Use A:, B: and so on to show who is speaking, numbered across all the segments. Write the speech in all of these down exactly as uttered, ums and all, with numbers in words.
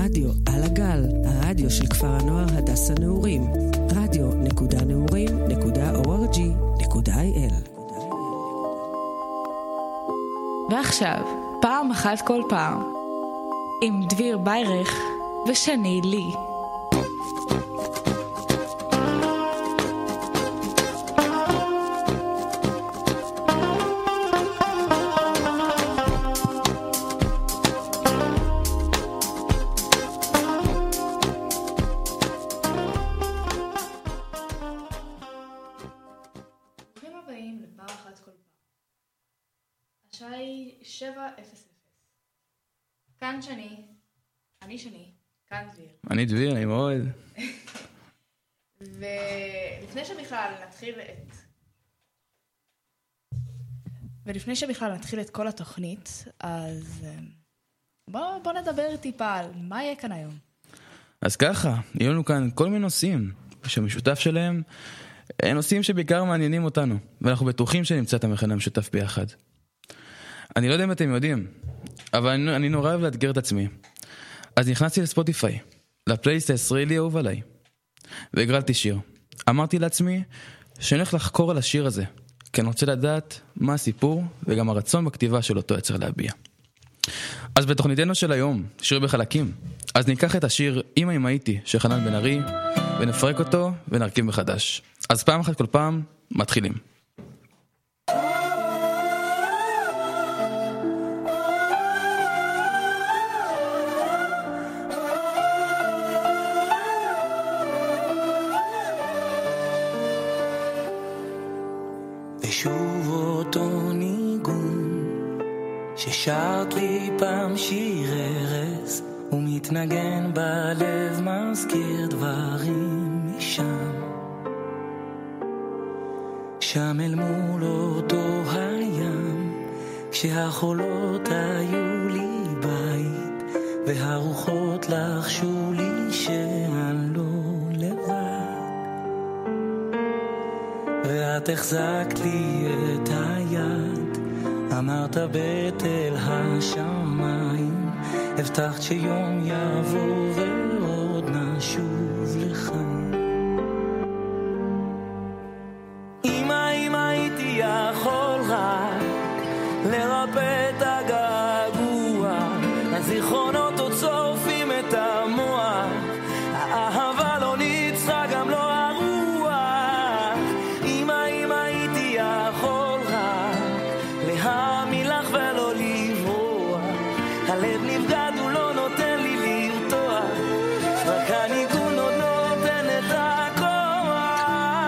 A: רדיו על הגל, הרדיו של כפר הנוער הדס הנעורים, רדיו נקודה נעורים נקודה או אר ג'י נקודה איי אל.
B: ועכשיו, פעם אחת כל פעם, עם דביר ביירך ושני לי.
C: השעה היא שבע אפס אפס. כאן שני, אני שני, כאן דביר.
D: אני דביר, אני מאוד.
C: ולפני שבכלל נתחיל את... ולפני שבכלל נתחיל את כל התוכנית, אז בוא, בוא נדבר טיפה על מה יהיה כאן היום.
D: אז ככה, יהיו לנו כאן כל מיני נושאים, שהמשותף שלהם, נושאים שבעיקר מעניינים אותנו, ואנחנו בטוחים שנמצא את המכנה המשותף ביחד. אני לא יודע אם אתם יודעים, אבל אני, אני נורא אוהב לאתגר את עצמי. אז נכנסתי לספוטיפיי, לפלייליסט הישראלי אהוב עליי, והגרלתי שיר. אמרתי לעצמי שאני הולך לחקור על השיר הזה, כי אני רוצה לדעת מה הסיפור וגם הרצון בכתיבה של אותו יצר להביע. אז בתוכניתנו של היום, שיר בחלקים, אז ניקח את השיר אמא אם הייתי של חנן בן ארי, ונפרק אותו ונרכיב מחדש. אז פעם אחת כל פעם, מתחילים.
E: ושוב אותו ניגון ששרת לי פעם שיר ארס ומתנגן בלב מזכיר דברים משם שם אל מול אותו הים כשהחולות היו לי בית והרוחות לחשו לי שאני לא לבד ואת החזקת לי את היד אמרת בית אל השמיים הבטחת שיום יבוא ועוד נשוב לך אמא אם הייתי יכול רק לרפא את הגעגוע הזיכרונות עוד צורפים את המוח האהבה לא ניצחה גם לא הלב נפגד הוא לא נותן לי לרתוח רק הניגון עוד נותן את הכוח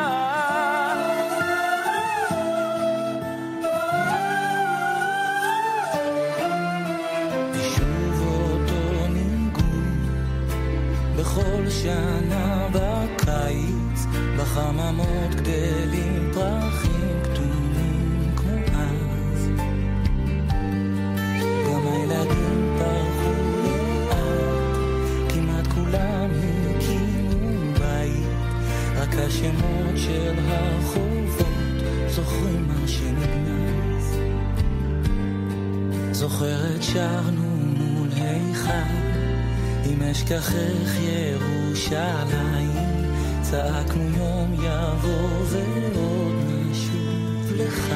E: ושוב אותו ניגון בכל שנה בקיץ בחממות גדלים פרחים כתומים כמו אז גם הילדים פרחו לאט כמעט כולם הקימו בית רק השמות של הרחובות זוכרים מה שנגנז זוכרת שרנו מול היכל אם אשכחך ירושלים צעקנו יום יבוא ועוד נשוב לך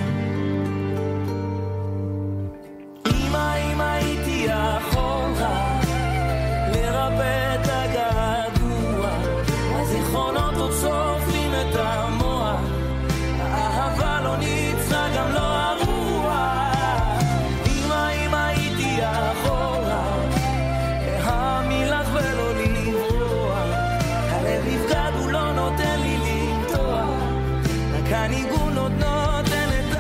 E: אם הייתי יכול רק לרפא את הגעגוע הזיכרונות עוד צורפים את המוח האהבה לא ניצחה גם לא הרוח אם הייתי יכול רק להאמין לך ולא לברוח הלב נפגד הוא לא נותן לי למתוח רק הניגון עוד נותן את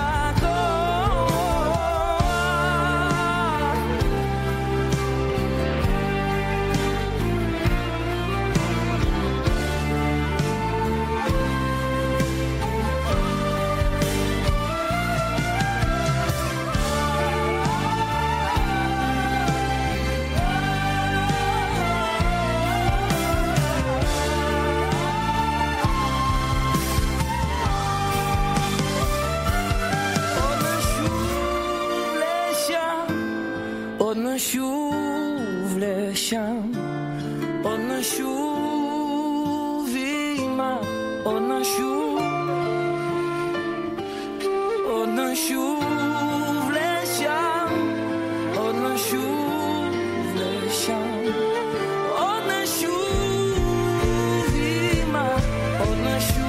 E: עוד נשוב לשם נשוב אמא, עוד נשוב, עוד נשוב לשם, עוד נשוב לשם, עוד נשוב אמא, עוד נשוב.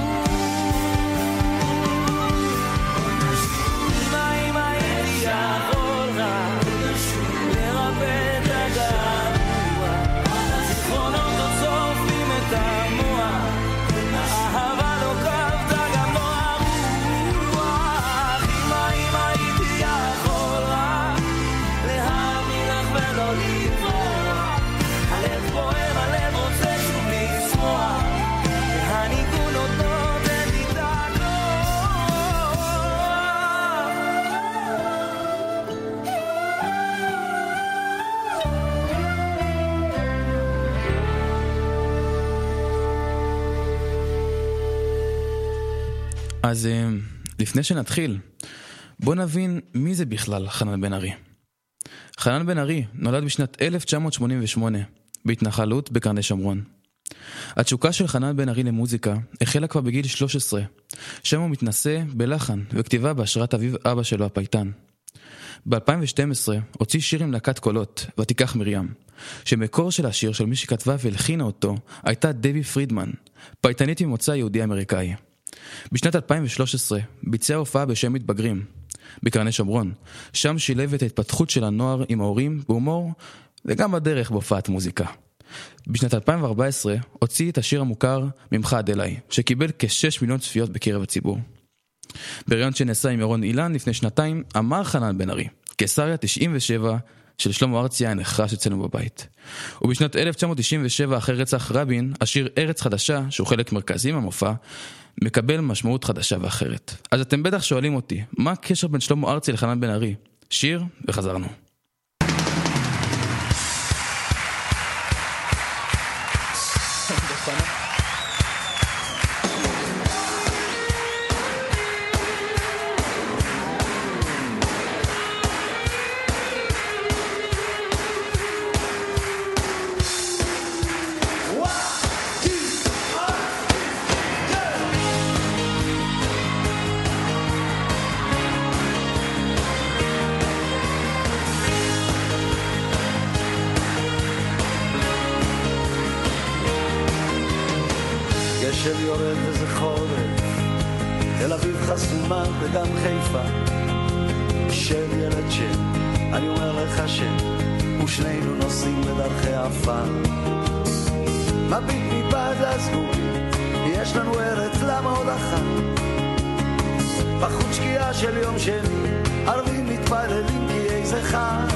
D: אז לפני שנתחיל, בוא נבין מי זה בכלל חנן בן ארי. חנן בן ארי נולד בשנת אלף תשע מאות שמונים ושמונה בהתנחלות בקרני שומרון. התשוקה של חנן בן ארי למוזיקה החלה כבר בגיל שלוש עשרה, שם הוא מתנסה בלחן וכתיבה בהשראת אביו אבא שלו הפייטן. ב-אלפיים ושתים עשרה הוציא שיר עם להקת קולות, ותיקח מרים, שמקור של השיר של מי שכתבה והלחינה אותו הייתה דבי פרידמן, פייטנית ממוצא יהודי אמריקאי. בשנת אלפיים ושלוש עשרה ביצע הופעה בשם מתבגרים בקרני שומרון, שם שילב את ההתפתחות של הנוער עם ההורים בהומור וגם בדרך בהופעת מוזיקה. בשנת אלפיים וארבע עשרה הוציא את השיר המוכר ממך עד אליי, שקיבל כשש מיליון צפיות בקרב הציבור. בראיון שנעשה עם ירון אילן לפני שנתיים אמר חנן בן ארי, קיסריה תשעים ושבע של שלמה ארצי היה נחרש אצלנו בבית. ובשנת אלף תשע מאות תשעים ושבע אחרי רצח רבין, השיר ארץ חדשה, שהוא חלק מרכזי מהמופע, מקבל משמעות חדשה ואחרת. אז אתם בטח שואלים אותי, מה הקשר בין שלמה ארצי לחנן בן ארי? שיר וחזרנו.
F: גשם יורד וזה חורף, תל אביב חסומה וגם חיפה. שב ילד שב, אני אומר לך שב, ושנינו נוסעים בדרכי עפר. מביט מבעד לסגורים, יש לנו ארץ למה עוד אחת. בחוץ שקיעה של יום שני, ערבים מתפללים כי איזה חג.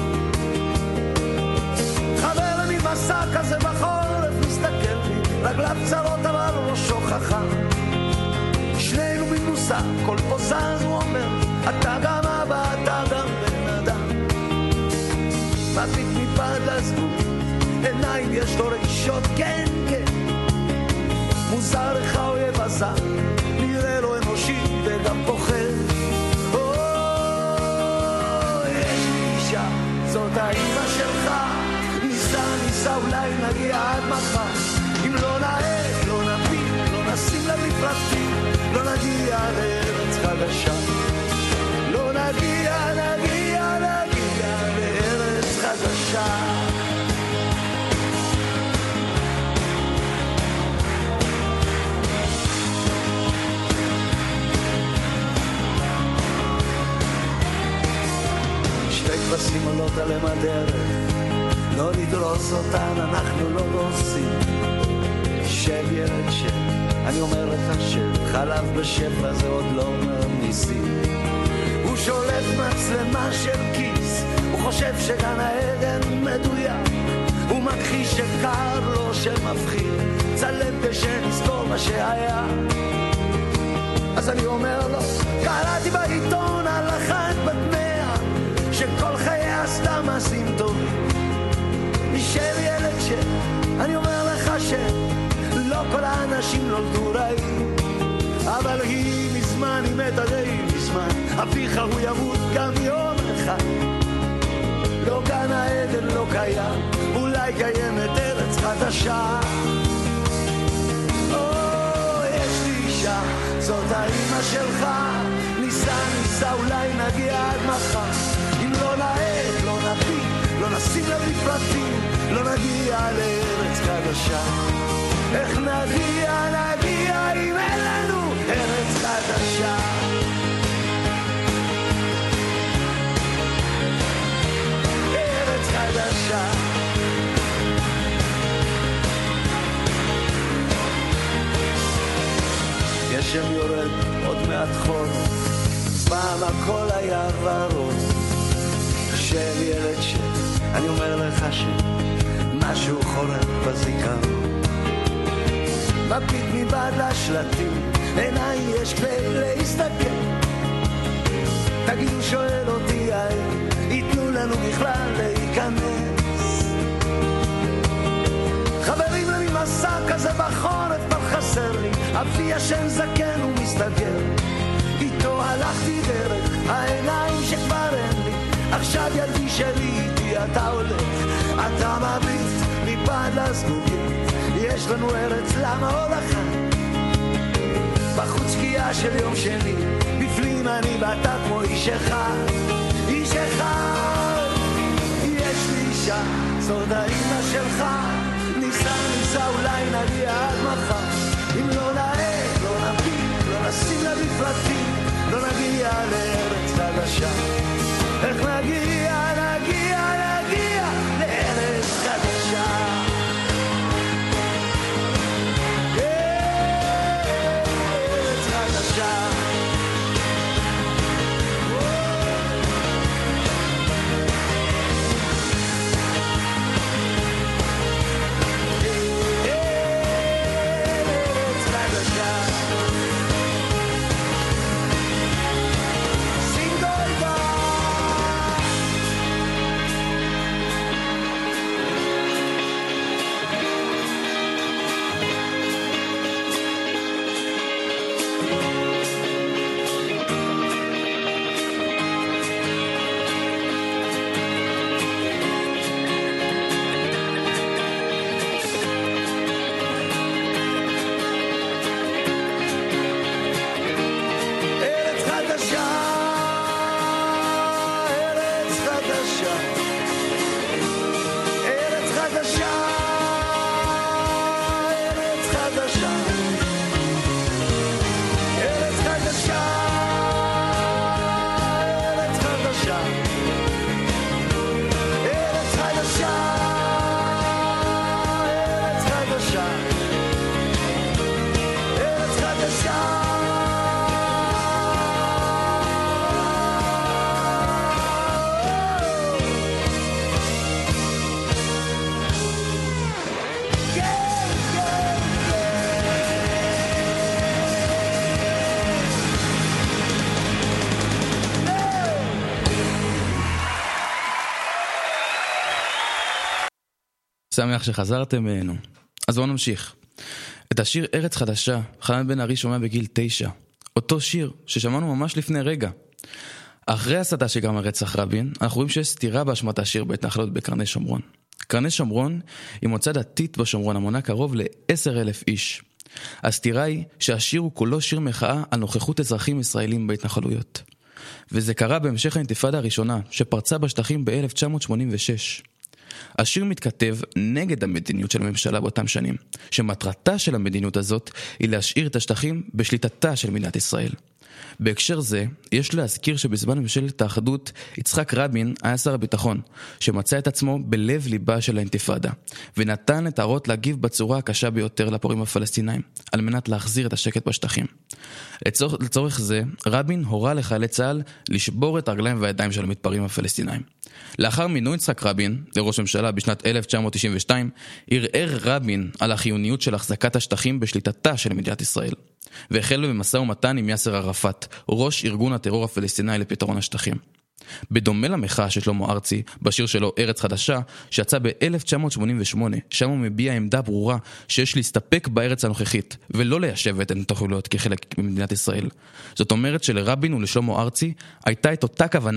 F: חבר אני מסע כזה בחורף, מסתכל לי רגליו צרות אבל ראשו חכם. שנינו מנוסה, כל פוסז הוא אומר, אתה גם אבא, אתה גם בן אדם. מביט מבעד לסגור, עיניים יש לו רגישות, כן כן. מוזר לך אויב עזר, נראה לו אנושי וגם פוחד. או, יש לי אישה, זאת האמא שלך, ניסה ניסה אולי נגיע עד מחר. אם לא נעד, לא נפיל, לא נשים לב לפרטים, לא נגיע לארץ חדשה. לא נגיע, נגיע, נגיע לארץ חדשה. שתי כבשים עולות עליהם הדרך, לא נדרוס אותן, אנחנו לא דורסים. שב ילד שב, אני אומר לך שב, חלב בשפע זה עוד לא אומר ניסים. הוא שולט מצלמה של כיס, הוא חושב שגן העדן מדויק, הוא מכחיש שקר לו שמפחיד, צלם כשנזכור מה שהיה. אז אני אומר לו, קראתי בעיתון על אחת בת מאה, שכל חייה עשתה מעשים טובים. שב ילד שב, אני אומר לך שב, לא כל האנשים נולדו רעים, אבל היא מזמן, היא מתה די מזמן, אביך הוא ימות גם יום אחד. לא גן העדן לא קיים, אולי קיימת ארץ חדשה. חדשה. או, יש לי אישה, זאת האמא שלך, ניסה ניסה אולי נגיע עד מחר. אם לא נעד, לא נביא, לא נשים לב לפרטים, לא נגיע לארץ חדשה. איך נגיע, נגיע אם אין לנו ארץ חדשה. ארץ חדשה. גשם יורד, עוד מעט חול, פעם הכל היה ורוד. של ילד של, אני אומר לך שמשהו חורף בזיכרון. מביט מבעד לשלטים, עיניי יש כלי להסתכל. תגידו שואל אותי האם ייתנו לנו בכלל להיכנס. חברים למי מסע כזה בחורף כבר חסר לי, אבי ישן זקן ומסתגר. איתו הלכתי דרך העיניים שכבר אין לי. עכשיו ילדי שלי איתי אתה הולך, אתה מביט מבעד לזגוגית. יש לנו ארץ למה הולכה, בחוץ שקיעה של יום שני, בפנים אני ואתה כמו איש אחד. איש אחד. יש לי אישה, זאת האמא שלך, ניסה ניסה אולי נגיע עד מחר. אם לא נעד, לא נביא, לא נשים לה בפרטים, לא נגיע לארץ חדשה. איך נגיע, נגיע, נגיע לארץ חדשה. ארץ חדשה.
D: שמח שחזרתם ממנו. אז בואו נמשיך. את השיר ארץ חדשה חנן בן ארי שומע בגיל תשע. אותו שיר ששמענו ממש לפני רגע. אחרי הסתה שגרמה רצח רבין, אנחנו רואים שיש סתירה באשמת השיר בהתנחלות בקרני שומרון. קרני שומרון היא מוצא דתית בשומרון, המונה קרוב ל-עשרת אלפים איש. הסתירה היא שהשיר הוא כולו שיר מחאה על נוכחות אזרחים ישראלים בהתנחלויות. וזה קרה בהמשך האינתיפאדה הראשונה שפרצה בשטחים ב-אלף תשע מאות שמונים ושש. השיר מתכתב נגד המדיניות של הממשלה באותם שנים, שמטרתה של המדיניות הזאת היא להשאיר את השטחים בשליטתה של מדינת ישראל. בהקשר זה, יש להזכיר שבזמן ממשלת האחדות, יצחק רבין היה שר הביטחון, שמצא את עצמו בלב ליבה של האינתיפאדה, ונתן את האות להגיב בצורה הקשה ביותר לפורעים הפלסטינאים, על מנת להחזיר את השקט בשטחים. לצורך, לצורך זה, רבין הורה לחיילי צה"ל לשבור את הרגליים והידיים של המתפרעים הפלסטינאים. לאחר מינוי יצחק רבין לראש ממשלה בשנת אלף תשע מאות תשעים ושתיים, ערער רבין על החיוניות של החזקת השטחים בשליטתה של מדינת ישראל, והחל במשא ומתן עם יאסר ערפאת, ראש ארגון הטרור הפלסטיני לפתרון השטחים. בדומה למחאה של שלמה ארצי בשיר שלו ארץ חדשה, שיצא ב-אלף תשע מאות שמונים ושמונה, שם הוא מביע עמדה ברורה שיש להסתפק בארץ הנוכחית ולא ליישב את ההתנחלויות כחלק ממדינת ישראל. זאת אומרת שלרבין ולשלמה ארצי הייתה את אותה כוונה,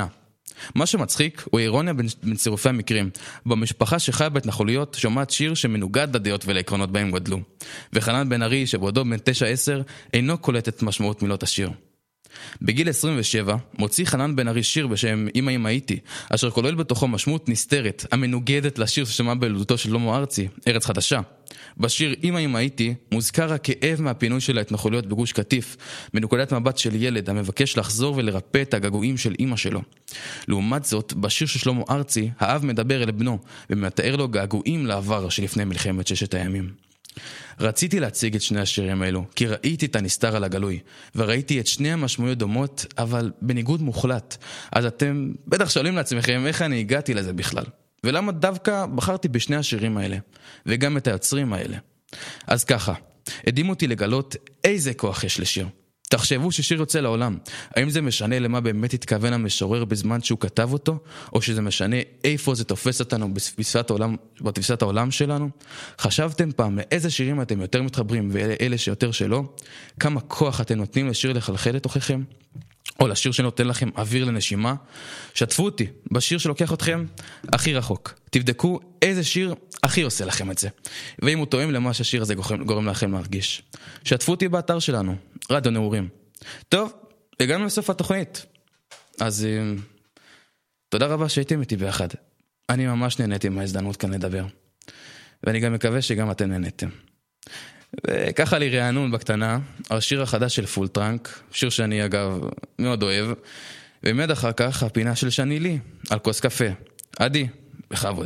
D: מה שמצחיק הוא אירוניה בין, בין צירופי המקרים. במשפחה שחיה בהתנחלויות שומעת שיר שמנוגד לדעות ולעקרונות בהם גדלו. וחנן בן ארי שבעודו בן תשע עשר אינו קולט את משמעות מילות השיר. בגיל עשרים ושבע מוציא חנן בן ארי שיר בשם אמא אמא הייתי, אשר כולל בתוכו משמעות נסתרת, המנוגדת לשיר ששמע בילדותו של שלמה ארצי, ארץ חדשה. בשיר אמא אמא הייתי מוזכר הכאב מהפינוי של ההתנחלויות בגוש קטיף, מנקודת מבט של ילד המבקש לחזור ולרפא את הגעגועים של אמא שלו. לעומת זאת, בשיר של שלמה ארצי, האב מדבר אל בנו ומתאר לו געגועים לעבר שלפני מלחמת ששת הימים. רציתי להציג את שני השירים האלו, כי ראיתי את הנסתר על הגלוי, וראיתי את שני המשמעויות דומות, אבל בניגוד מוחלט. אז אתם בטח שואלים לעצמכם איך אני הגעתי לזה בכלל. ולמה דווקא בחרתי בשני השירים האלה, וגם את היוצרים האלה. אז ככה, הדהים אותי לגלות איזה כוח יש לשיר. תחשבו ששיר יוצא לעולם. האם זה משנה למה באמת התכוון המשורר בזמן שהוא כתב אותו, או שזה משנה איפה זה תופס אותנו בתפיסת העולם, בתפיסת העולם שלנו? חשבתם פעם לאיזה שירים אתם יותר מתחברים ואלה שיותר שלא? כמה כוח אתם נותנים לשיר לחלחל לתוככם? או לשיר שנותן לכם אוויר לנשימה? שתפו אותי בשיר שלוקח אתכם הכי רחוק. תבדקו איזה שיר הכי עושה לכם את זה. ואם הוא תואם למה שהשיר הזה גורם, גורם לכם להרגיש. שתפו אותי באתר שלנו, רדיו נעורים. טוב, הגענו לסוף התוכנית. אז תודה רבה שהייתם איתי ביחד. אני ממש נהניתי מההזדמנות כאן לדבר. ואני גם מקווה שגם אתם נהניתם. וככה לי רענון בקטנה על השיר החדש של פול טראנק, שיר שאני אגב מאוד אוהב, ומיד אחר כך הפינה של שני לי על כוס קפה. עדי, בכבוד.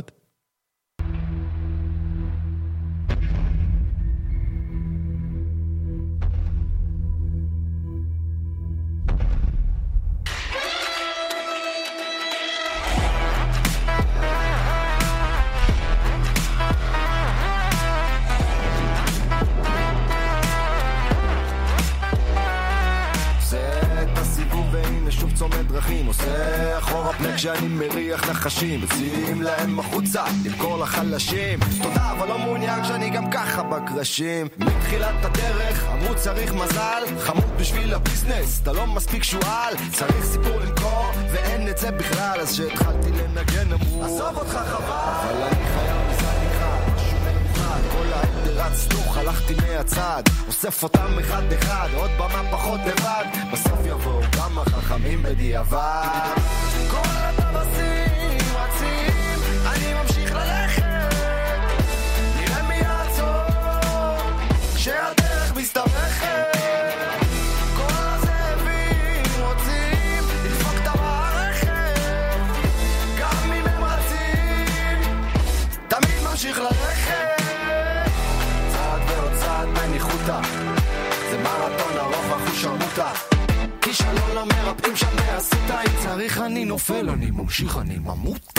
G: עושה אחורה פלק כשאני מריח נחשים מציעים להם החוצה למכור לחלשים תודה אבל לא מעוניין כשאני גם ככה בקרשים מתחילת הדרך אמרו צריך מזל חמוד בשביל הביזנס אתה לא מספיק שואל צריך סיפור למכור ואין את זה בכלל אז שהתחלתי לנגן אמרו עזוב אותך חבל אבל אני חייב מזל אחד משהו מיוחד כל העד רצתוך הלכתי מהצד אוסף אותם אחד אחד עוד במה פחות לבד בסוף יבואו כמה חכמים בדיעבד כל הטבסים רצים אני ממשיך ללכת נראה מי יעצור כשהדרך מסתבכת כל הזאבים רוצים לדפוק את המערכת גם אם הם רצים תמיד ממשיך ללכת צעד ועוד צעד בניחותה זה מרתון ארוך אחוש שרמותה כישלון למרפאים שם מהסוטה אם צריך אני נופל אני ממשיך אני ממותה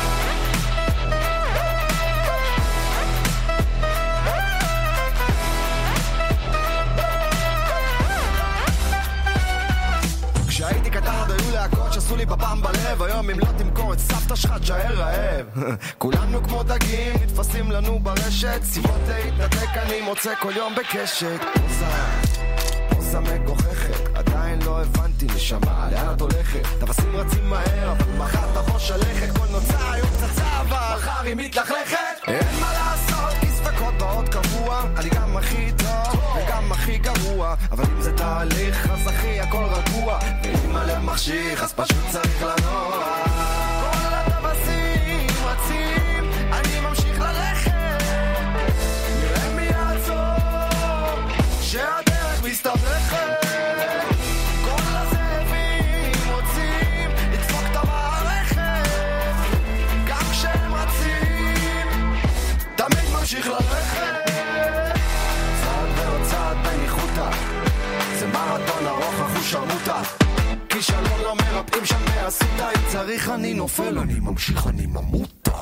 G: כשהייתי קטן עוד היו להקות שעשו לי בפעם בלב היום אם לא תמכור את סבתא שלך תשאר רעב כולנו כמו דגים נתפסים לנו ברשת סיבות להתנתק אני מוצא כל יום בקשת פוזה פוזה מגוחכת עדיין לא הבנתי נשמה לאן את הולכת תפסים רצים מהר אבל מחר תבוא שלכת כל נוצה היום פצצה אבל מחר היא מתלכלכת אין מה לעשות כי ספקות באות קבוע אני גם הכי טוב וגם הכי גרוע אבל אם זה תהליך אז הכי הכל רגוע ואם הלב מחשיך אז פשוט צריך לנוע כל הטבסים רצים אני ממשיך ללכת נראה מי יעצור שהדרך מסתבכת כל הזאבים רוצים לדפוק את המערכת גם כשהם רצים תמיד ממשיך ללכת צעד ועוד צעד בניחותה זה מרתון ארוך אחוש שרמותה כישלון לא מרפאים שם מהסוטה אם צריך אני נופל אני ממשיך אני ממותה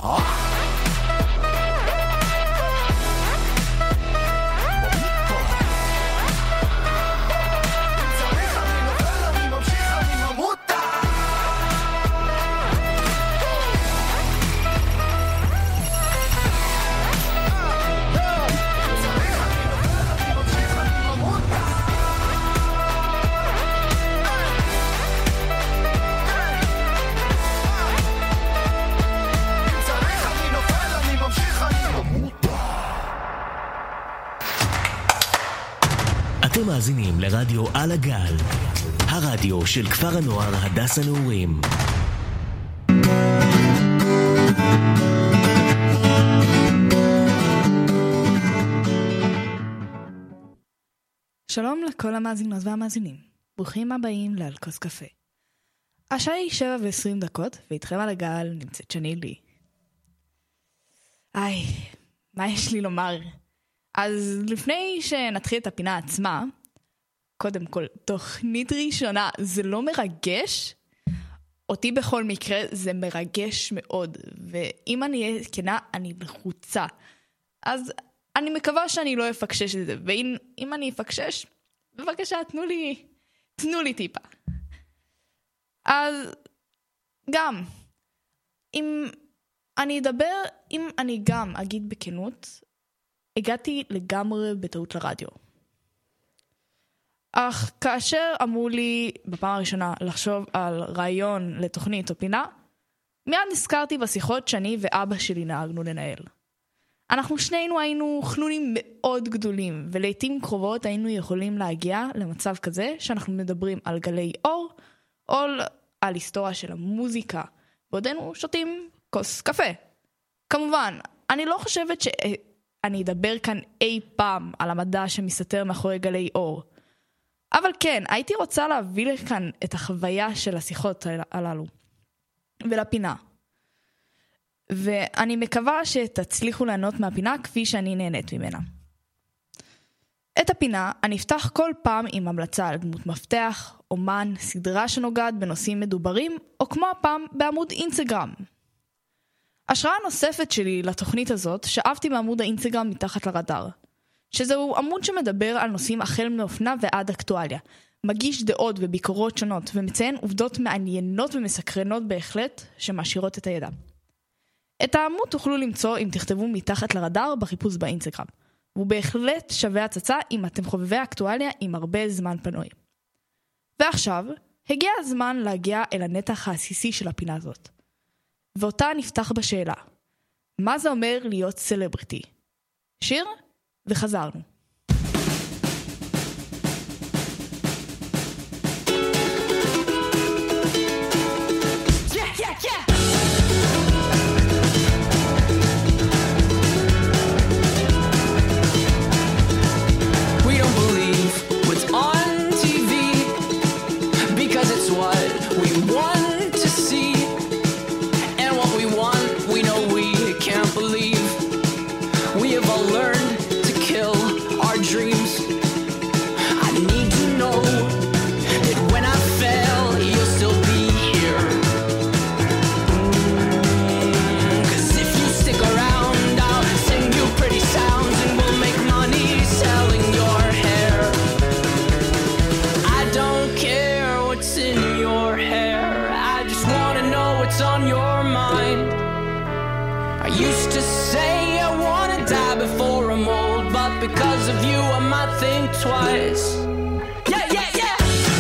H: אתם מאזינים לרדיו על הגל, הרדיו של כפר הנוער הדס הנעורים.
C: שלום לכל המאזינות והמאזינים, ברוכים הבאים לאל כוס קפה. השעה היא שבע ועשרים דקות, ואיתכם על הגל נמצאת שני לי. איי, מה יש לי לומר? אז לפני שנתחיל את הפינה עצמה, קודם כל, תוכנית ראשונה, זה לא מרגש? אותי בכל מקרה זה מרגש מאוד, ואם אני אהיה כנה, אני לחוצה. אז אני מקווה שאני לא אפקשש את זה, ואם אני אפקשש, בבקשה, תנו לי, תנו לי טיפה. אז גם, אם אני אדבר, אם אני גם אגיד בכנות, הגעתי לגמרי בטעות לרדיו. אך כאשר אמרו לי בפעם הראשונה לחשוב על רעיון לתוכנית או פינה, מיד נזכרתי בשיחות שאני ואבא שלי נהגנו לנהל. אנחנו שנינו היינו חנונים מאוד גדולים, ולעיתים קרובות היינו יכולים להגיע למצב כזה שאנחנו מדברים על גלי אור, או על היסטוריה של המוזיקה, בעודנו שותים כוס קפה. כמובן, אני לא חושבת שאני אדבר כאן אי פעם על המדע שמסתתר מאחורי גלי אור, אבל כן, הייתי רוצה להביא לכאן את החוויה של השיחות הללו, ולפינה. ואני מקווה שתצליחו ליהנות מהפינה כפי שאני נהנית ממנה. את הפינה אני אפתח כל פעם עם המלצה על דמות מפתח, אומן, סדרה שנוגעת בנושאים מדוברים, או כמו הפעם בעמוד אינסטגרם. השראה נוספת שלי לתוכנית הזאת שאבתי בעמוד האינסטגרם מתחת לרדאר, שזהו עמוד שמדבר על נושאים החל מאופנה ועד אקטואליה, מגיש דעות וביקורות שונות ומציין עובדות מעניינות ומסקרנות בהחלט שמעשירות את הידע. את העמוד תוכלו למצוא אם תכתבו מתחת לרדאר בחיפוש באינסטגרם, והוא בהחלט שווה הצצה אם אתם חובבי אקטואליה עם הרבה זמן פנוי. ועכשיו, הגיע הזמן להגיע אל הנתח העסיסי של הפינה הזאת. ואותה נפתח בשאלה, מה זה אומר להיות סלבריטי? שיר וחזרנו. Because of you, I might think twice. Yeah, yeah, yeah.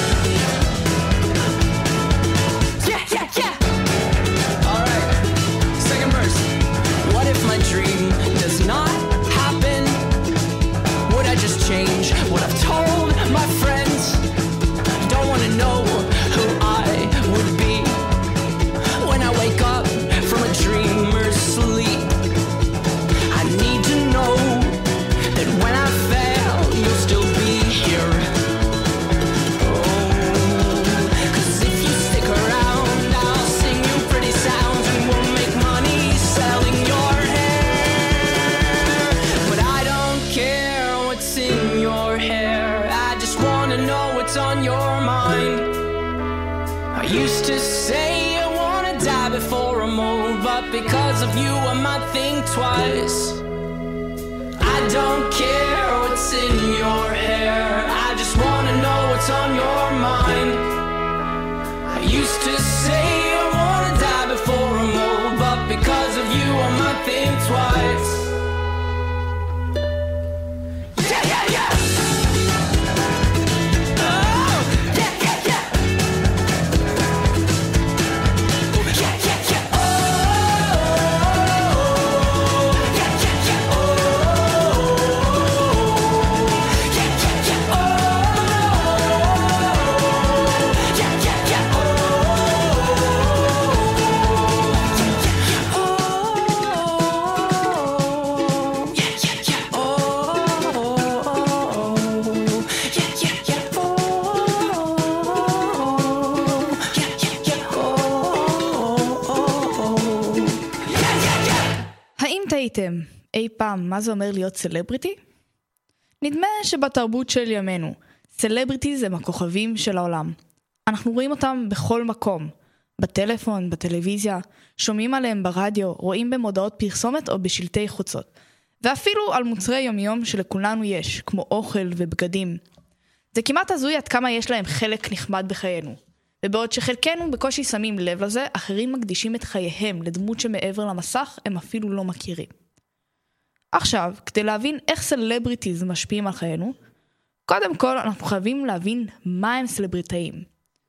C: Yeah, yeah, yeah. All right. Second verse. What if my dream does not happen? Would I just change what I've told my friends? Don't want to know who I would be when I wake up from a dreamer's sleep. I need to know that when I fail, you'll still be here. Oh, 'cause if you stick around, I'll sing you pretty sounds and we'll make money selling your hair. But I don't care what's in your hair, I just wanna know what's on your mind. I used to say I wanna die before I'm old, but because of you I might think twice. I don't care what's in your hair, I just wanna know what's on your mind. I used to say I wanna die before I'm old, but because of you I might think twice. Yeah, yeah, yeah. Oh, yeah, yeah, yeah. Yeah, yeah, yeah. Oh, yeah, yeah, yeah. Oh. חשבתם אי פעם מה זה אומר להיות סלבריטי? נדמה שבתרבות של ימינו, סלבריטיז הם הכוכבים של העולם. אנחנו רואים אותם בכל מקום, בטלפון, בטלוויזיה, שומעים עליהם ברדיו, רואים במודעות פרסומת או בשלטי חוצות, ואפילו על מוצרי יומיום שלכולנו יש, כמו אוכל ובגדים. זה כמעט הזוי עד כמה יש להם חלק נחמד בחיינו. ובעוד שחלקנו בקושי שמים לב לזה, אחרים מקדישים את חייהם לדמות שמעבר למסך הם אפילו לא מכירים. עכשיו, כדי להבין איך סלבריטיז משפיעים על חיינו, קודם כל אנחנו חייבים להבין מה הם סלבריטאים.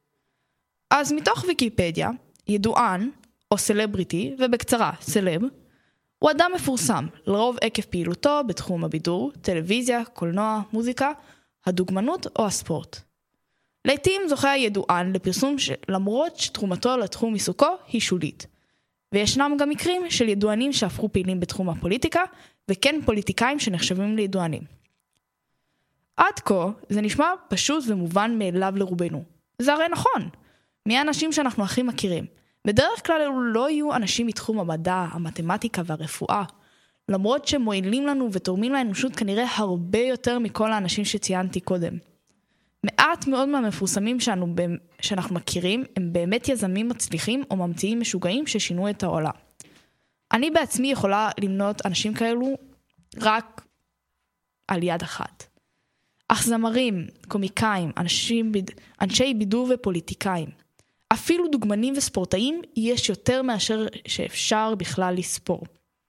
C: אז מתוך ויקיפדיה, ידוען או סלבריטי, ובקצרה סלב, הוא אדם מפורסם, לרוב עקב פעילותו בתחום הבידור, טלוויזיה, קולנוע, מוזיקה, הדוגמנות או הספורט. לעתים זוכה הידוען לפרסום למרות שתרומתו לתחום עיסוקו היא שולית. וישנם גם מקרים של ידוענים שהפכו פעילים בתחום הפוליטיקה, וכן פוליטיקאים שנחשבים לידוענים. עד כה זה נשמע פשוט ומובן מאליו לרובנו. זה הרי נכון. מי האנשים שאנחנו הכי מכירים? בדרך כלל אלו לא יהיו אנשים מתחום המדע, המתמטיקה והרפואה. למרות שהם מועילים לנו ותורמים לאנושות כנראה הרבה יותר מכל האנשים שציינתי קודם. מעט מאוד מהמפורסמים שאנו, שאנחנו מכירים הם באמת יזמים מצליחים או ממציאים משוגעים ששינו את העולם. אני בעצמי יכולה למנות אנשים כאלו רק על יד אחת. אך זמרים, קומיקאים, אנשים, אנשי בידור ופוליטיקאים, אפילו דוגמנים וספורטאים יש יותר מאשר שאפשר בכלל לספור.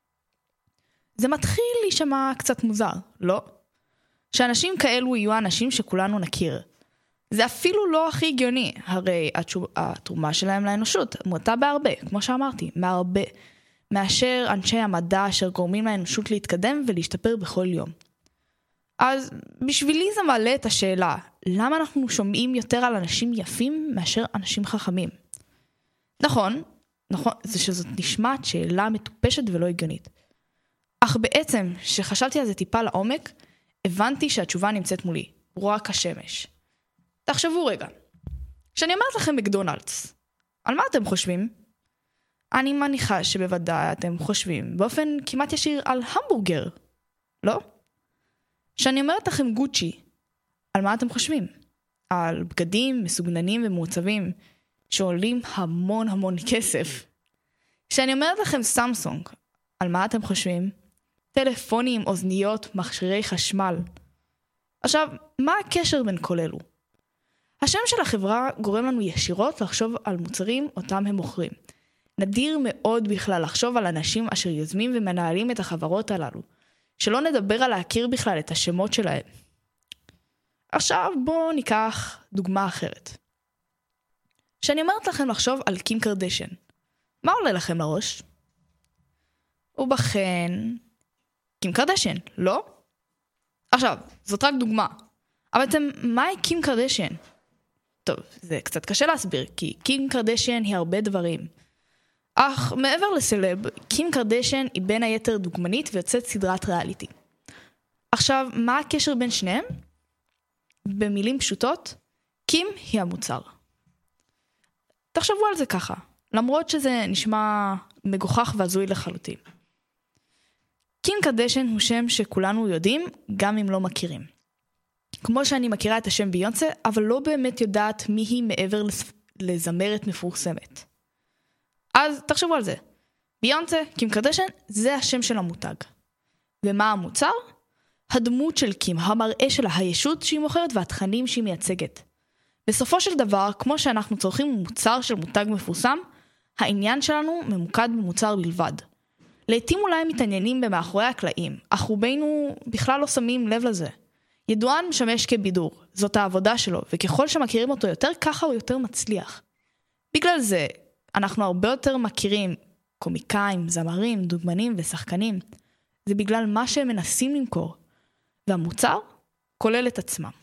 C: זה מתחיל להישמע קצת מוזר, לא? שאנשים כאלו יהיו אנשים שכולנו נכיר. זה אפילו לא הכי הגיוני, הרי התרומה שלהם לאנושות מועטה בהרבה, כמו שאמרתי, מהרבה, מאשר אנשי המדע אשר גורמים לאנושות להתקדם ולהשתפר בכל יום. אז בשבילי זה מעלה את השאלה, למה אנחנו שומעים יותר על אנשים יפים מאשר אנשים חכמים? נכון, נכון, זה שזאת נשמעת שאלה מטופשת ולא הגיונית. אך בעצם, שחשבתי על זה טיפה לעומק, הבנתי שהתשובה נמצאת מולי, ברורה כשמש. תחשבו רגע, כשאני אומרת לכם מקדונלדס, על מה אתם חושבים? אני מניחה שבוודאי אתם חושבים באופן כמעט ישיר על המבורגר, לא? כשאני אומרת לכם גוצ'י, על מה אתם חושבים? על בגדים מסוגננים ומעוצבים שעולים המון המון כסף. כשאני אומרת לכם סמסונג, על מה אתם חושבים? טלפונים, אוזניות, מכשירי חשמל. עכשיו, מה הקשר בין כל אלו? השם של החברה גורם לנו ישירות לחשוב על מוצרים אותם הם מוכרים. נדיר מאוד בכלל לחשוב על אנשים אשר יוזמים ומנהלים את החברות הללו. שלא נדבר על להכיר בכלל את השמות שלהם. עכשיו בואו ניקח דוגמה אחרת. כשאני אומרת לכם לחשוב על קים קרדשן, מה עולה לכם לראש? ובכן, קים קרדשן, לא? עכשיו, זאת רק דוגמה. אבל אתם, מהי קים קרדשן? טוב, זה קצת קשה להסביר, כי קים קרדשן היא הרבה דברים. אך מעבר לסלב, קים קרדשן היא בין היתר דוגמנית ויוצאת סדרת ריאליטי. עכשיו, מה הקשר בין שניהם? במילים פשוטות, קים היא המוצר. תחשבו על זה ככה, למרות שזה נשמע מגוחך והזוי לחלוטין. קים קרדשן הוא שם שכולנו יודעים, גם אם לא מכירים. כמו שאני מכירה את השם ביונסה, אבל לא באמת יודעת מי היא מעבר לזמרת מפורסמת. אז תחשבו על זה. ביונסה, קים קרדשן, זה השם של המותג. ומה המוצר? הדמות של קים, המראה שלה, הישות שהיא מוכרת והתכנים שהיא מייצגת. בסופו של דבר, כמו שאנחנו צורכים מוצר של מותג מפורסם, העניין שלנו ממוקד במוצר בלבד. לעתים אולי מתעניינים במאחורי הקלעים, אך רובנו בכלל לא שמים לב לזה. ידוען משמש כבידור, זאת העבודה שלו, וככל שמכירים אותו יותר, ככה הוא יותר מצליח. בגלל זה, אנחנו הרבה יותר מכירים קומיקאים, זמרים, דוגמנים ושחקנים. זה בגלל מה שהם מנסים למכור. והמוצר כולל את עצמם.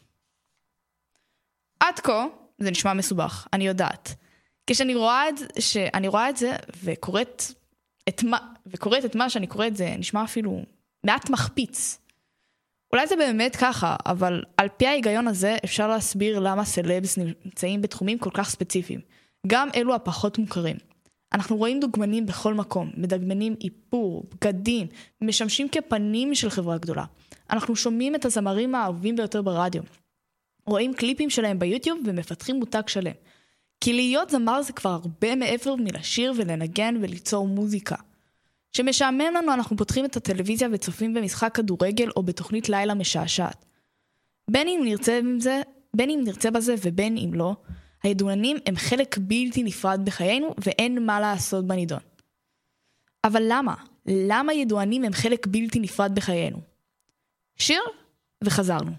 C: עד כה, זה נשמע מסובך, אני יודעת. כשאני רואה את, שאני רואה את זה וקוראת את מה, וקוראת את מה שאני קוראת זה, נשמע אפילו מעט מחפיץ. אולי זה באמת ככה, אבל על פי ההיגיון הזה אפשר להסביר למה סלבס נמצאים בתחומים כל כך ספציפיים. גם אלו הפחות מוכרים. אנחנו רואים דוגמנים בכל מקום, מדגמנים איפור, בגדים, משמשים כפנים של חברה גדולה. אנחנו שומעים את הזמרים האהובים ביותר ברדיו. רואים קליפים שלהם ביוטיוב ומפתחים מותג שלם. כי להיות זמר זה כבר הרבה מעבר מלשיר ולנגן וליצור מוזיקה. שמשעמם לנו אנחנו פותחים את הטלוויזיה וצופים במשחק כדורגל או בתוכנית לילה משעשעת. בין אם נרצה בזה, בין אם נרצה בזה ובין אם לא, הידוענים הם חלק בלתי נפרד בחיינו ואין מה לעשות בנידון. אבל למה? למה ידוענים הם חלק בלתי נפרד בחיינו? שיר וחזרנו.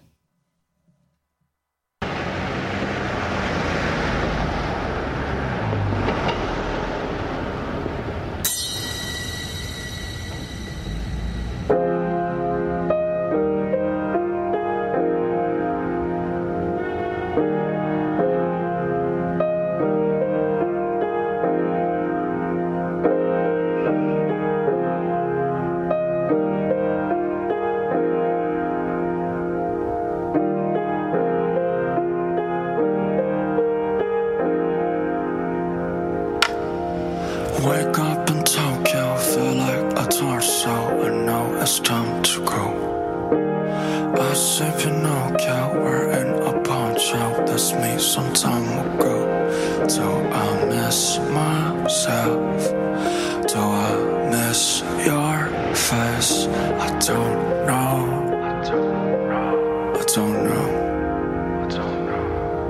I: Wake up in Tokyo, feel like a torso, I know it's time to go. I say Pinocchio, we're in a poncho, that's me some time ago. Do I miss myself? Do I miss your face? I don't know. I don't know. I don't know. I don't know.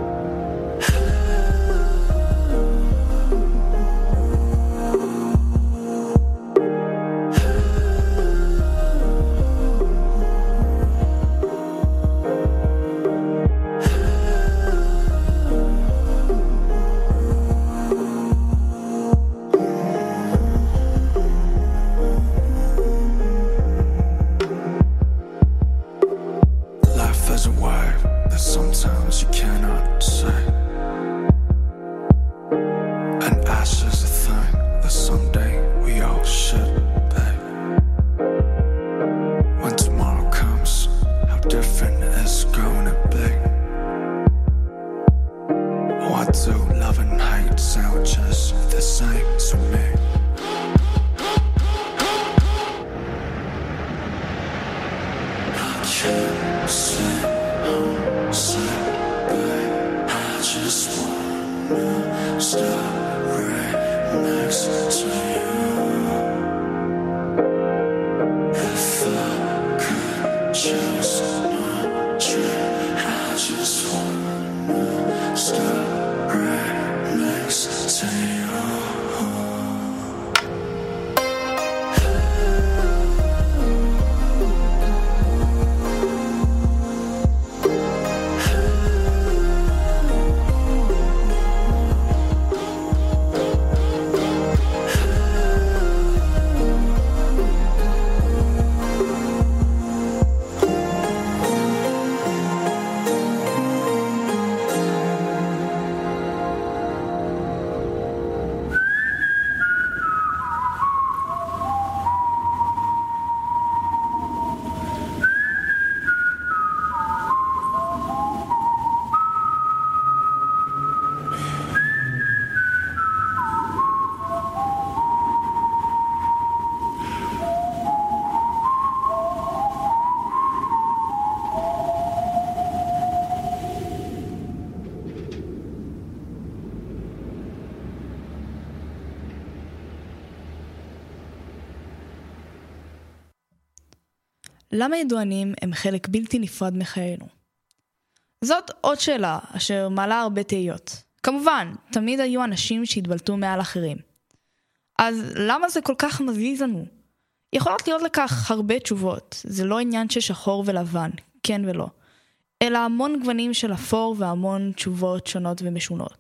C: למה ידוענים הם חלק בלתי נפרד מחיינו? זאת עוד שאלה אשר מעלה הרבה תהיות. כמובן, תמיד היו אנשים שהתבלטו מעל אחרים. אז למה זה כל כך מזיז לנו? יכולות להיות לכך הרבה תשובות. זה לא עניין של שחור ולבן, כן ולא. אלא המון גוונים של אפור והמון תשובות שונות ומשונות.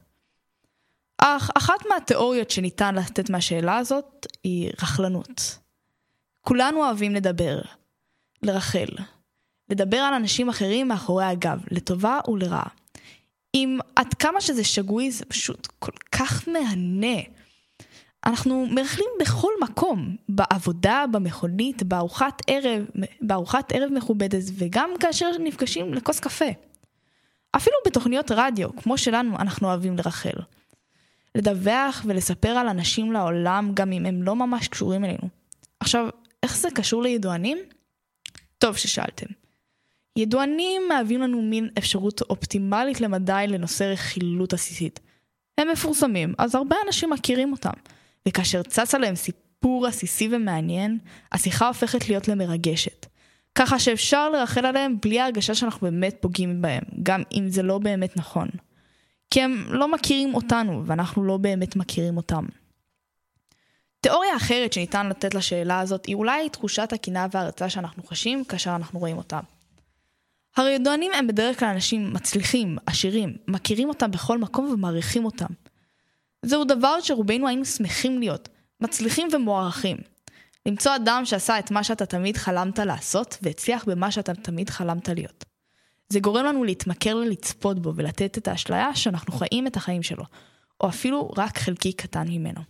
C: אך אחת מהתיאוריות שניתן לתת מהשאלה הזאת היא רכלנות. כולנו אוהבים לדבר. לרחל. לדבר על אנשים אחרים מאחורי הגב, לטובה ולרעה. אם עד כמה שזה שגוי, זה פשוט כל כך מהנה. אנחנו מרחלים בכל מקום, בעבודה, במכונית, בארוחת ערב, בארוחת ערב מכובדת, וגם כאשר נפגשים לכוס קפה. אפילו בתוכניות רדיו, כמו שלנו, אנחנו אוהבים לרחל. לדווח ולספר על אנשים לעולם גם אם הם לא ממש קשורים אלינו. עכשיו, איך זה קשור לידוענים? טוב ששאלתם. ידוענים מהווים לנו מין אפשרות אופטימלית למדי לנושא רכילות עסיסית. הם מפורסמים, אז הרבה אנשים מכירים אותם. וכאשר צץ עליהם סיפור עסיסי ומעניין, השיחה הופכת להיות למרגשת. ככה שאפשר לרחל עליהם בלי ההרגשה שאנחנו באמת פוגעים בהם, גם אם זה לא באמת נכון. כי הם לא מכירים אותנו, ואנחנו לא באמת מכירים אותם. תיאוריה אחרת שניתן לתת לשאלה הזאת היא אולי תחושת הקנאה וההרצה שאנחנו חשים כאשר אנחנו רואים אותם. הרי ידוענים הם בדרך כלל אנשים מצליחים, עשירים, מכירים אותם בכל מקום ומעריכים אותם. זהו דבר שרובנו היינו שמחים להיות, מצליחים ומוערכים. למצוא אדם שעשה את מה שאתה תמיד חלמת לעשות והצליח במה שאתה תמיד חלמת להיות. זה גורם לנו להתמכר ולצפות בו ולתת את האשליה שאנחנו חיים את החיים שלו, או אפילו רק חלקי קטן ממנו.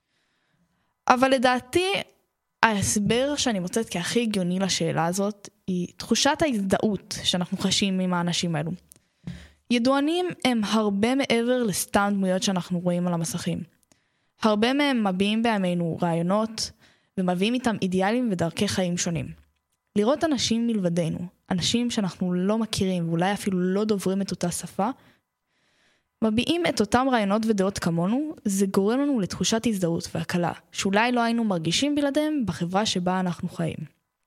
C: אבל לדעתי, ההסבר שאני מוצאת כהכי הגיוני לשאלה הזאת, היא תחושת ההזדהות שאנחנו חשים עם האנשים האלו. ידוענים הם הרבה מעבר לסתם דמויות שאנחנו רואים על המסכים. הרבה מהם מביעים בימינו רעיונות, ומביאים איתם אידיאלים ודרכי חיים שונים. לראות אנשים מלבדנו, אנשים שאנחנו לא מכירים, ואולי אפילו לא דוברים את אותה שפה, מביעים את אותם רעיונות ודעות כמונו, זה גורם לנו לתחושת הזדהות והקלה, שאולי לא היינו מרגישים בלעדיהם בחברה שבה אנחנו חיים.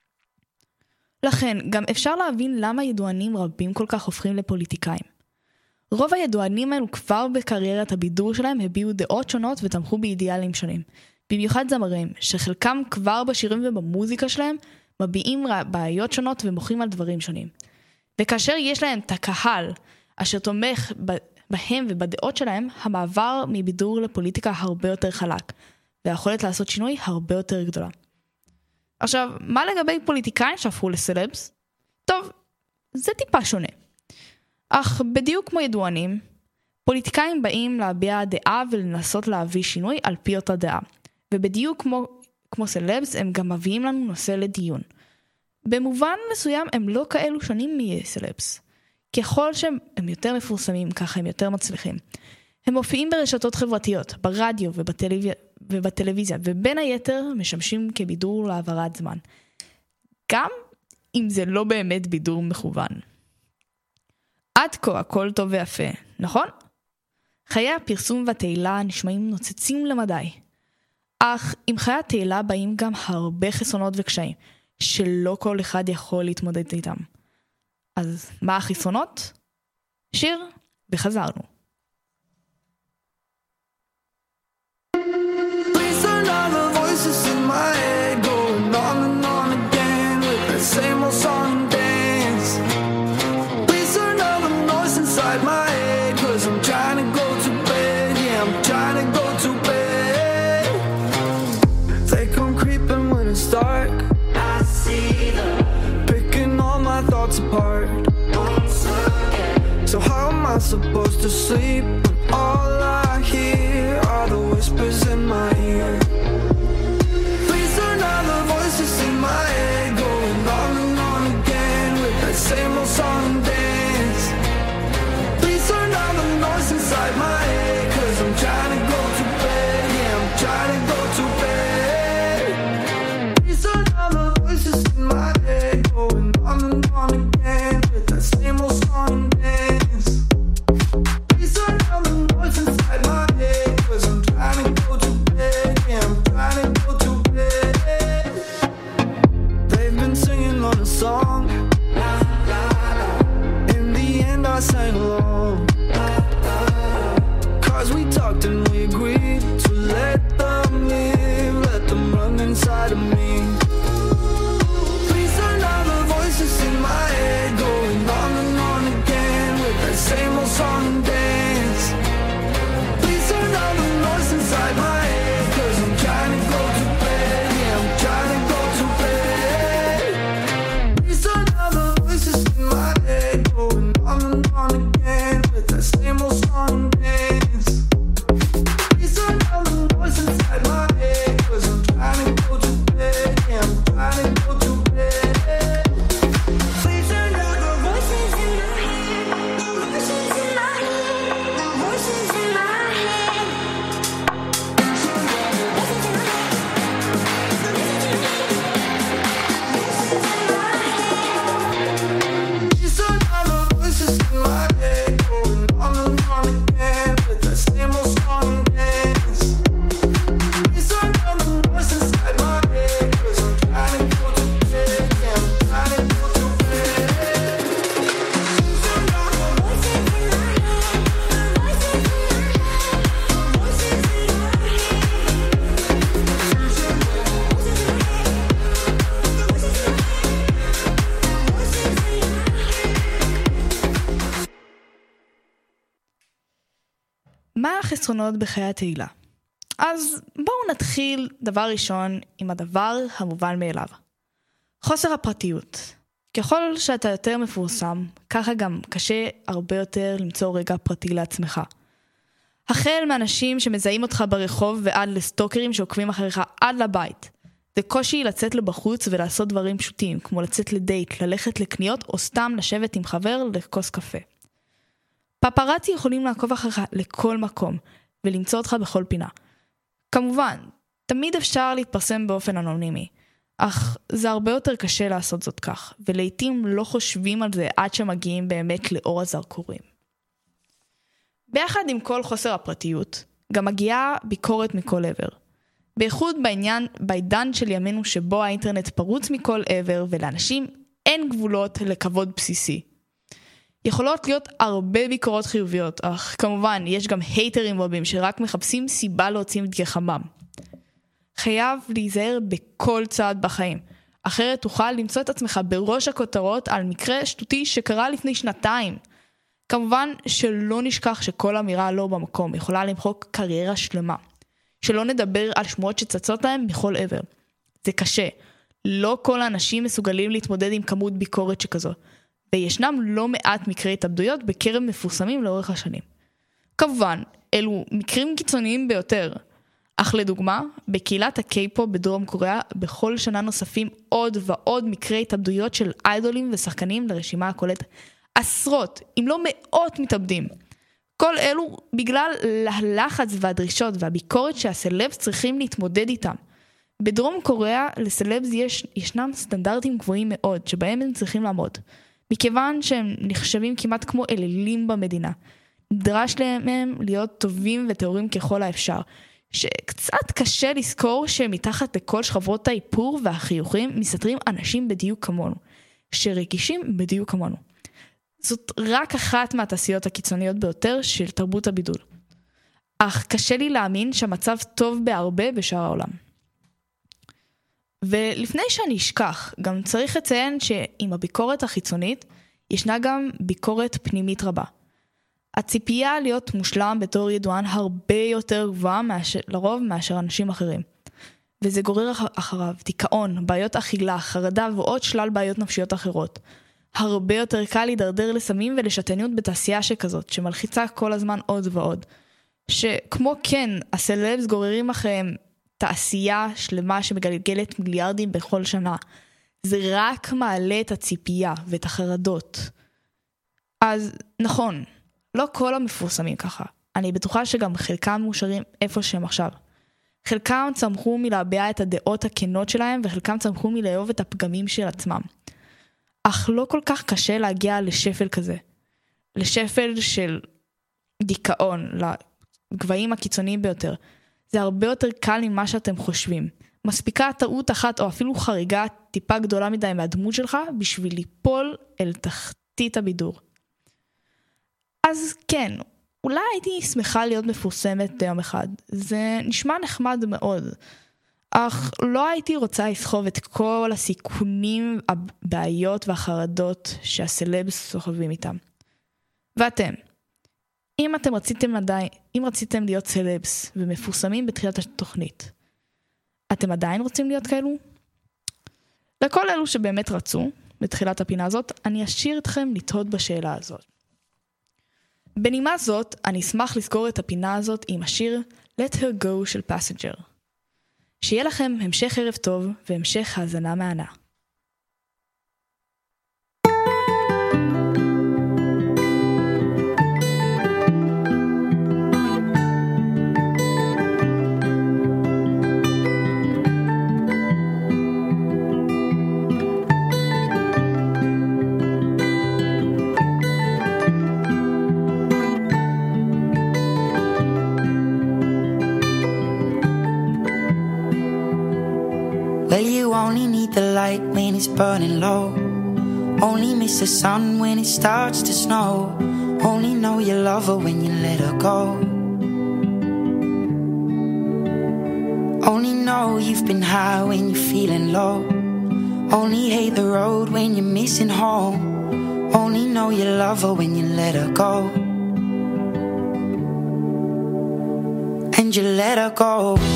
C: לכן, גם אפשר להבין למה ידוענים רבים כל כך הופכים לפוליטיקאים. רוב הידוענים האלו כבר בקריירת הבידור שלהם הביעו דעות שונות ותמכו באידיאלים שונים. במיוחד זמרים, שחלקם כבר בשירים ובמוזיקה שלהם מביעים בעיות שונות ומוחים על דברים שונים. וכאשר יש להם את הקהל אשר תומך בהם ובדעות שלהם, המעבר מבידור לפוליטיקה הרבה יותר חלק, והיכולת לעשות שינוי הרבה יותר גדולה. עכשיו, מה לגבי פוליטיקאים שהפכו לסלבס? טוב, זה טיפה שונה. אך בדיוק כמו ידוענים, פוליטיקאים באים להביע דעה ולנסות להביא שינוי על פי אותה דעה. ובדיוק כמו, כמו סלבס, הם גם מביאים לנו נושא לדיון. במובן מסוים הם לא כאלו שונים מסלבס. ככל שהם יותר מפורסמים, ככה הם יותר מצליחים. הם מופיעים ברשתות חברתיות, ברדיו ובטלוויזיה, ובטלוויזיה, ובין היתר משמשים כבידור להעברת זמן. גם אם זה לא באמת בידור מכוון. עד כה הכל טוב ויפה, נכון? חיי הפרסום והתהילה נשמעים נוצצים למדי. אך עם חיי התהילה באים גם הרבה חסרונות וקשיים, שלא כל אחד יכול להתמודד איתם. אז מה החסרונות? שיר, וחזרנו.
I: Please turn down the voices in my head, going on and on again with that same old song and dance. Please turn down the noise inside my head, cause I'm trying to go to bed, yeah, I'm trying to go to bed. They come creeping when it's dark, I see them picking all my thoughts apart. So how am I supposed to sleep when all I hear are the whispers in my ear? Please turn down the voices in my head, going on and on again with that same old song and dance. Please turn down the noise inside my head, cause I'm trying to go to bed, yeah, I'm trying to go to bed. Please turn down the voices in my head, going on and on again with that same old song and dance. Please turn down the noise inside my head, cause I'm trying to go to bed, yeah, I'm trying to go to bed.
C: מה החסרונות בחיי התהילה? אז בואו נתחיל דבר ראשון עם הדבר המובן מאליו. חוסר הפרטיות. ככל שאתה יותר מפורסם, ככה גם קשה הרבה יותר למצוא רגע פרטי לעצמך. החל מאנשים שמזהים אותך ברחוב ועד לסטוקרים שעוקבים אחריך עד לבית. זה קושי לצאת לבחוץ ולעשות דברים פשוטים, כמו לצאת לדייט, ללכת לקניות או סתם לשבת עם חבר לכוס קפה. פפראצי יכולים לעקוב אחריך לכל מקום ולמצוא אותך בכל פינה. כמובן, תמיד אפשר להתפרסם באופן אנונימי, אך זה הרבה יותר קשה לעשות זאת כך, ולעיתים לא חושבים על זה עד שמגיעים באמת לאור הזרקורים. ביחד עם כל חוסר הפרטיות, גם מגיעה ביקורת מכל עבר. בייחוד בעניין, בעידן של ימינו שבו האינטרנט פרוץ מכל עבר, ולאנשים אין גבולות לכבוד בסיסי. יכולות להיות הרבה ביקורות חיוביות, אך כמובן יש גם הייטרים רבים שרק מחפשים סיבה להוציא את גחמם. חייב להיזהר בכל צעד בחיים, אחרת תוכל למצוא את עצמך בראש הכותרות על מקרה שטותי שקרה לפני שנתיים. כמובן שלא נשכח שכל אמירה לא במקום יכולה למחוק קריירה שלמה. שלא נדבר על שמועות שצצות להם מכל עבר. זה קשה. לא כל האנשים מסוגלים להתמודד עם כמות ביקורת שכזו. וישנם לא מעט מקרי התאבדויות בקרב מפורסמים לאורך השנים. כמובן, אלו מקרים קיצוניים ביותר. אך לדוגמה, בקהילת הקיי-פופ בדרום קוריאה, בכל שנה נוספים עוד ועוד מקרי התאבדויות של איידולים ושחקנים לרשימה הכוללת עשרות, אם לא מאות מתאבדים. כל אלו בגלל הלחץ והדרישות והביקורת שהסלבס צריכים להתמודד איתם. בדרום קוריאה לסלבס יש, ישנם סטנדרטים גבוהים מאוד שבהם הם צריכים לעמוד. מכיוון שהם נחשבים כמעט כמו אלילים במדינה. נדרש להם להיות טובים וטהורים ככל האפשר. שקצת קשה לזכור שמתחת לכל שכבות האיפור והחיוכים מסתתרים אנשים בדיוק כמונו. שרגישים בדיוק כמונו. זאת רק אחת מהתעשיות הקיצוניות ביותר של תרבות הבידול. אך קשה לי להאמין שהמצב טוב בהרבה בשאר העולם. ולפני שאני אשכח, גם צריך לציין שעם הביקורת החיצונית, ישנה גם ביקורת פנימית רבה. הציפייה להיות מושלם בתור ידוען הרבה יותר גבוהה מאשר, לרוב מאשר אנשים אחרים. וזה גורר אחריו דיכאון, בעיות אכילה, חרדה ועוד שלל בעיות נפשיות אחרות. הרבה יותר קל להידרדר לסמים ולשתניות בתעשייה שכזאת, שמלחיצה כל הזמן עוד ועוד. שכמו כן, הסלבס גוררים אחריהם תעשייה שלמה שמגלגלת מיליארדים בכל שנה. זה רק מעלה את הציפייה ואת החרדות. אז נכון, לא כל המפורסמים ככה. אני בטוחה שגם חלקם מאושרים איפה שהם עכשיו. חלקם צמחו מלהביע את הדעות הכנות שלהם, וחלקם צמחו מלאהוב את הפגמים של עצמם. אך לא כל כך קשה להגיע לשפל כזה. לשפל של דיכאון, לגבהים הקיצוניים ביותר. זה הרבה יותר קל ממה שאתם חושבים. מספיקה טעות אחת או אפילו חריגה טיפה גדולה מדי מהדמות שלך בשביל ליפול אל תחתית הבידור. אז כן, אולי הייתי שמחה להיות מפורסמת יום אחד. זה נשמע נחמד מאוד. אך לא הייתי רוצה לסחוב את כל הסיכונים, הבעיות והחרדות שהסלבס סוחבים איתם. ואתם, אם אתם רציתם עדיין, אם רציתם להיות סלבס ומפורסמים בתחילת התוכנית, אתם עדיין רוצים להיות כאלו? לכל אלו שבאמת רצו, בתחילת הפינה הזאת, אני אשאיר אתכם לתהות בשאלה הזאת. בנימה זאת, אני אשמח לזכור את הפינה הזאת עם השיר Let Her Go של Passenger. שיהיה לכם המשך ערב טוב והמשך האזנה מענה.
J: Well, you only need the light when it's burning low. Only miss the sun when it starts to snow. Only know you love her when you let her go. Only know you've been high when you're feeling low. Only hate the road when you're missing home. Only know you love her when you let her go. and you let her go.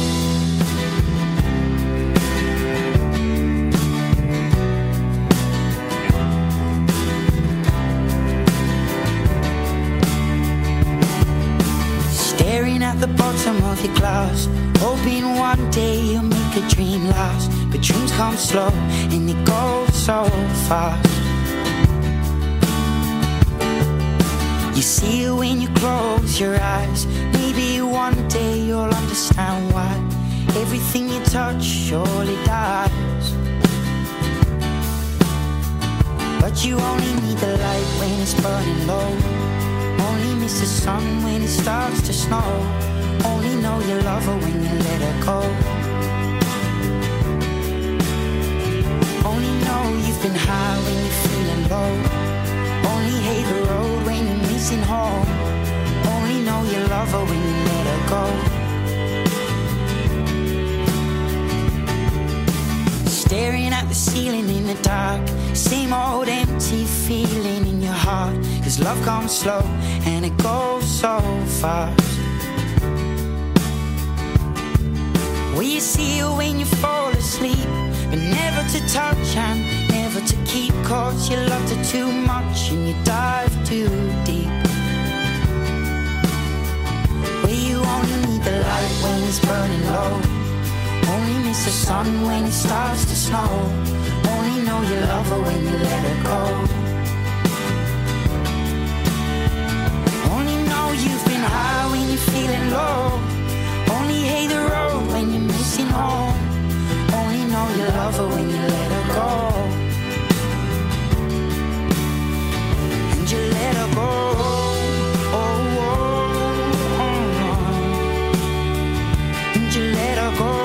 J: Staring at the bottom of your glass, hoping one day you'll make a dream last. But dreams come slow and they go so fast. You see it when you close your eyes. Maybe one day you'll understand why everything you touch surely dies. But you only need the light when it's burning low. Only miss the sun when it starts to snow. Only know you love her when you let her go. Only know you've been high when you're feeling low. Only hate the road when you're missing home. Only know you love her when you let her go. Staring at the ceiling in the dark, same old empty feeling in your heart. Cause love comes slow and it goes so fast. Well, you see it when you fall asleep, but never to touch and never to keep. Cause you loved her too much and you dive too deep. Well, you only need the light when it's burning low. Only miss the sun when it starts to snow. Only know you love her when you let her go. Only know you've been high when you're feeling low. Only hate the road when you're missing home. Only know you love her when you let her go. And you let her go. Oh, oh, oh, oh. And you let her go.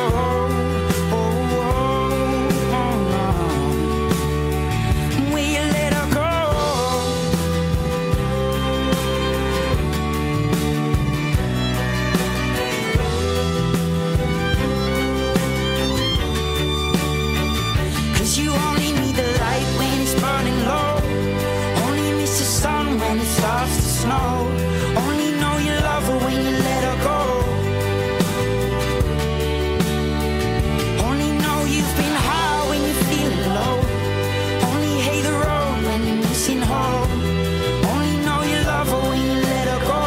J: Only know you love her when you let her go. Only know you've been high when you're feeling low. Only hate the road when you're missing home. Only know you love her when you let her go.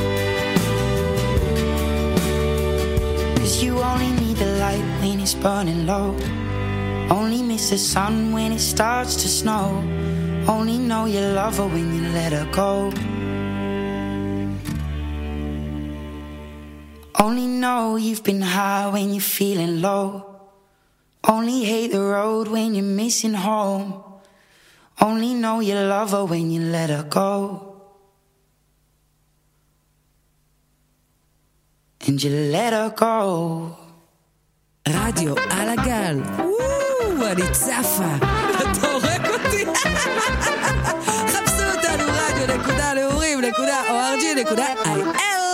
J: Cause you only need the light when it's burning low. Only miss the sun when it starts to snow. Only know you love her when you let her go. Only know you've been high when you're feeling low. Only hate the road when you're missing home. Only know you love her when you let her go. And you let her go.
A: רדיו על הגל. וואו, אני צפה. אתה הורג אותי. חפשו אותנו רדיו נקודה נעורים נקודה או אר ג'י נקודה איי אל.